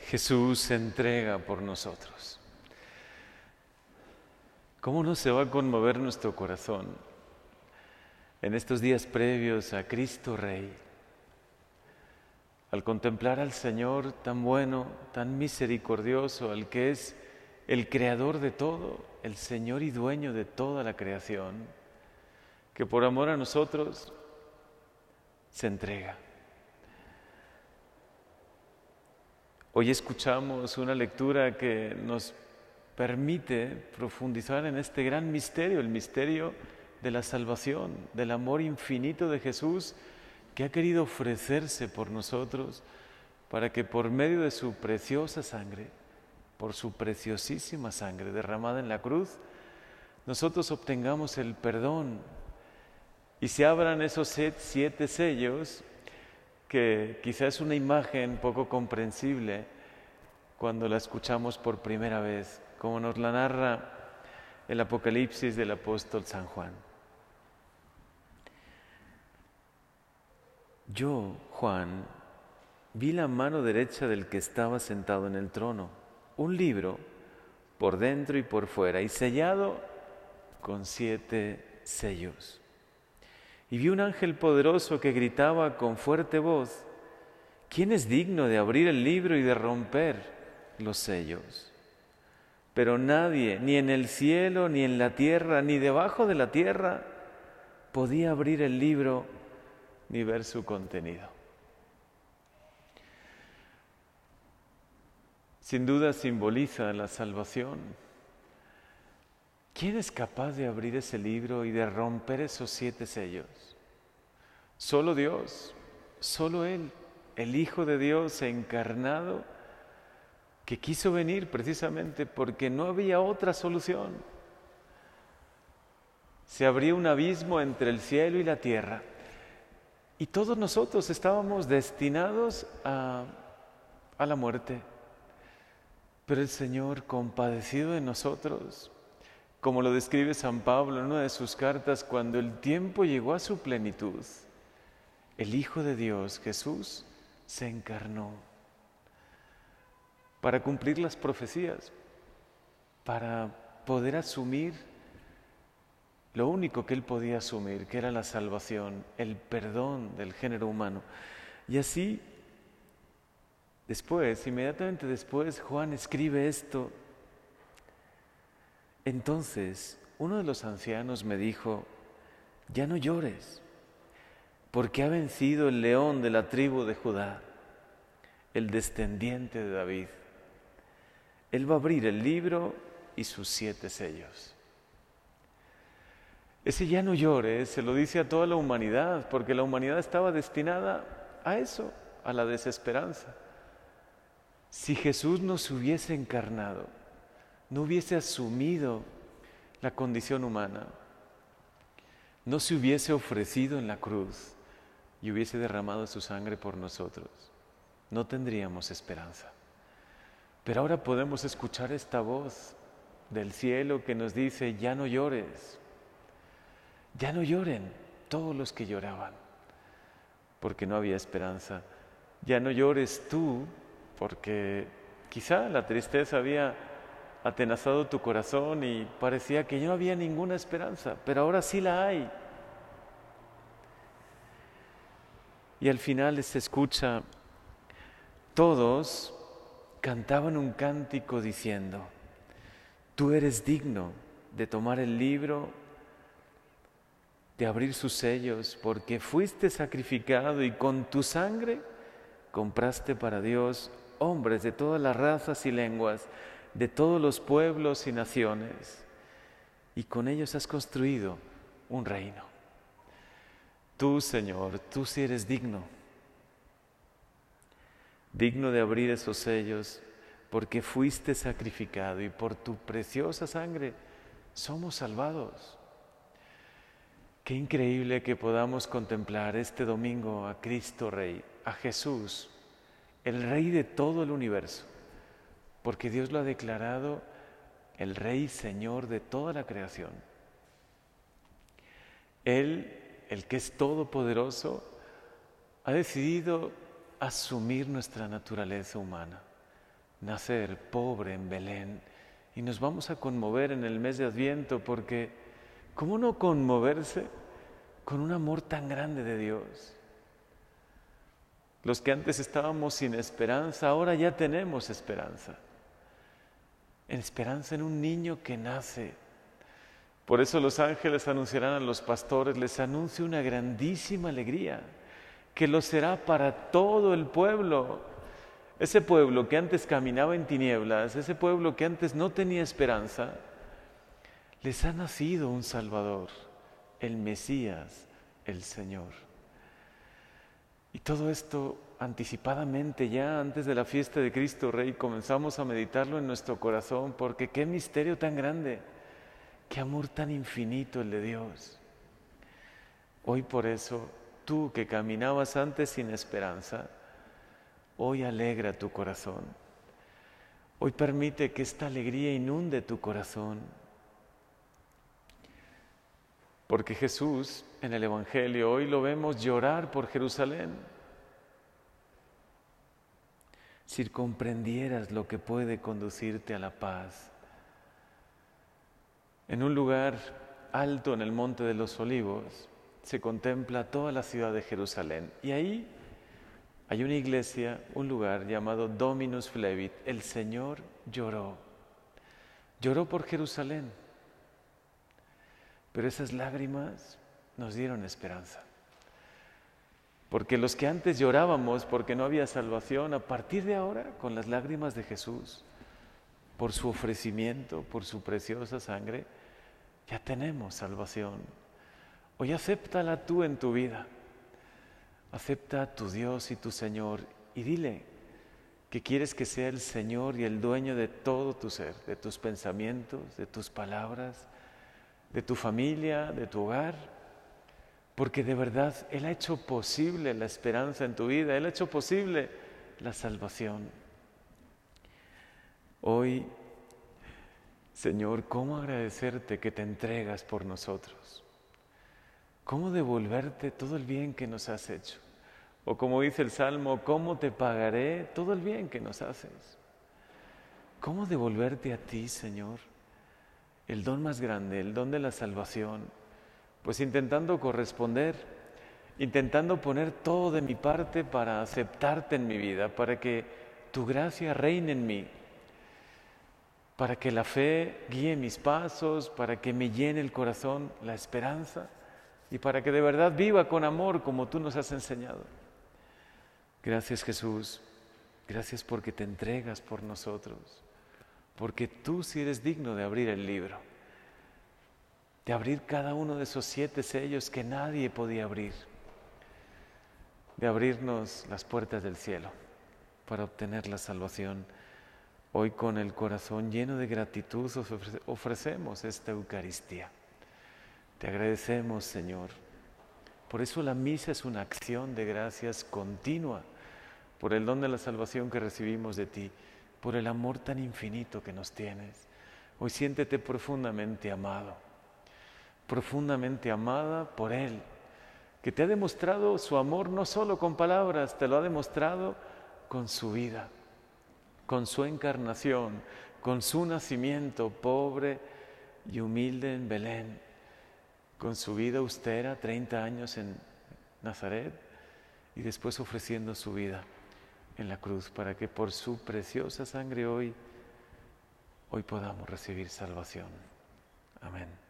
Jesús se entrega por nosotros. ¿Cómo no se va a conmover nuestro corazón en estos días previos a Cristo Rey? Al contemplar al Señor tan bueno, tan misericordioso, al que es el creador de todo, el Señor y dueño de toda la creación, que por amor a nosotros se entrega. Hoy escuchamos una lectura que nos permite profundizar en este gran misterio, el misterio de la salvación, del amor infinito de Jesús, que ha querido ofrecerse por nosotros para que por medio de su preciosa sangre, por su preciosísima sangre derramada en la cruz, nosotros obtengamos el perdón y se abran esos 7 sellos, que quizás es una imagen poco comprensible cuando la escuchamos por primera vez, como nos la narra el Apocalipsis del apóstol San Juan. Yo, Juan, vi la mano derecha del que estaba sentado en el trono, un libro por dentro y por fuera, y sellado con 7 sellos. Y vi un ángel poderoso que gritaba con fuerte voz: ¿quién es digno de abrir el libro y de romper los sellos? Pero nadie, ni en el cielo, ni en la tierra, ni debajo de la tierra, podía abrir el libro ni ver su contenido. Sin duda simboliza la salvación. ¿Quién es capaz de abrir ese libro y de romper esos 7 sellos? Solo Dios, solo Él, el Hijo de Dios encarnado, que quiso venir precisamente porque no había otra solución. Se abría un abismo entre el cielo y la tierra y todos nosotros estábamos destinados a la muerte. Pero el Señor, compadecido de nosotros, como lo describe San Pablo en una de sus cartas, cuando el tiempo llegó a su plenitud, el Hijo de Dios, Jesús, se encarnó para cumplir las profecías, para poder asumir lo único que Él podía asumir, que era la salvación, el perdón del género humano. Y así, inmediatamente después, Juan escribe esto. Entonces, uno de los ancianos me dijo: ya no llores, porque ha vencido el león de la tribu de Judá, el descendiente de David. Él va a abrir el libro y sus 7 sellos. Ese ya no llores se lo dice a toda la humanidad, porque la humanidad estaba destinada a eso, a la desesperanza. Si Jesús no se hubiese encarnado, no hubiese asumido la condición humana, no se hubiese ofrecido en la cruz y hubiese derramado su sangre por nosotros, no tendríamos esperanza. Pero ahora podemos escuchar esta voz del cielo que nos dice: ya no llores, ya no lloren todos los que lloraban, porque no había esperanza. Ya no llores tú, porque quizá la tristeza había atenazado tu corazón y parecía que no había ninguna esperanza, pero ahora sí la hay. Y al final se escucha: todos cantaban un cántico diciendo: tú eres digno de tomar el libro, de abrir sus sellos, porque fuiste sacrificado y con tu sangre compraste para Dios hombres de todas las razas y lenguas, de todos los pueblos y naciones, y con ellos has construido un reino. Tú, Señor, tú sí eres digno de abrir esos sellos, porque fuiste sacrificado y por tu preciosa sangre somos salvados. Qué increíble que podamos contemplar este domingo a Cristo Rey, a Jesús, el Rey de todo el universo, porque Dios lo ha declarado el Rey Señor de toda la creación. Él, el que es todopoderoso, ha decidido asumir nuestra naturaleza humana nacer pobre en Belén. Y nos vamos a conmover en el mes de Adviento porque ¿cómo no conmoverse con un amor tan grande de Dios? Los que antes estábamos sin esperanza, ahora ya tenemos esperanza. Esperanza en un niño que nace. Por eso los ángeles anunciarán a los pastores, les anuncio una grandísima alegría, que lo será para todo el pueblo. Ese pueblo que antes caminaba en tinieblas, ese pueblo que antes no tenía esperanza, les ha nacido un Salvador, el Mesías, el Señor. Y todo esto anticipadamente, ya antes de la fiesta de Cristo Rey, comenzamos a meditarlo en nuestro corazón, porque qué misterio tan grande, qué amor tan infinito el de Dios. Hoy por eso, tú que caminabas antes sin esperanza, hoy alegra tu corazón. Hoy permite que esta alegría inunde tu corazón. Porque Jesús, en el Evangelio, hoy lo vemos llorar por Jerusalén. Si comprendieras lo que puede conducirte a la paz. En un lugar alto en el Monte de los Olivos se contempla toda la ciudad de Jerusalén. Y ahí hay una iglesia, un lugar llamado Dominus Flevit. El Señor lloró. Lloró por Jerusalén. Pero esas lágrimas nos dieron esperanza. Porque los que antes llorábamos porque no había salvación, a partir de ahora, con las lágrimas de Jesús, por su ofrecimiento, por su preciosa sangre, ya tenemos salvación. Hoy acéptala tú en tu vida. Acepta a tu Dios y tu Señor y dile que quieres que sea el Señor y el dueño de todo tu ser, de tus pensamientos, de tus palabras, de tu familia, de tu hogar, porque de verdad Él ha hecho posible la esperanza en tu vida, Él ha hecho posible la salvación. Hoy, Señor, ¿cómo agradecerte que te entregas por nosotros? ¿Cómo devolverte todo el bien que nos has hecho? O como dice el Salmo, ¿cómo te pagaré todo el bien que nos haces? ¿Cómo devolverte a ti, Señor, el don más grande, el don de la salvación? Pues intentando corresponder, intentando poner todo de mi parte para aceptarte en mi vida, para que tu gracia reine en mí, para que la fe guíe mis pasos, para que me llene el corazón la esperanza y para que de verdad viva con amor como tú nos has enseñado. Gracias, Jesús, gracias porque te entregas por nosotros, porque tú sí eres digno de abrir el libro, de abrir cada uno de esos 7 sellos que nadie podía abrir, de abrirnos las puertas del cielo para obtener la salvación. Hoy con el corazón lleno de gratitud ofrecemos esta Eucaristía. Te agradecemos, Señor. Por eso la misa es una acción de gracias continua por el don de la salvación que recibimos de ti, por el amor tan infinito que nos tienes. Hoy siéntete profundamente amado, profundamente amada por Él, que te ha demostrado su amor no solo con palabras, te lo ha demostrado con su vida, con su encarnación, con su nacimiento pobre y humilde en Belén, con su vida austera, 30 años en Nazaret, y después ofreciendo su vida en la cruz para que por su preciosa sangre hoy podamos recibir salvación. Amén.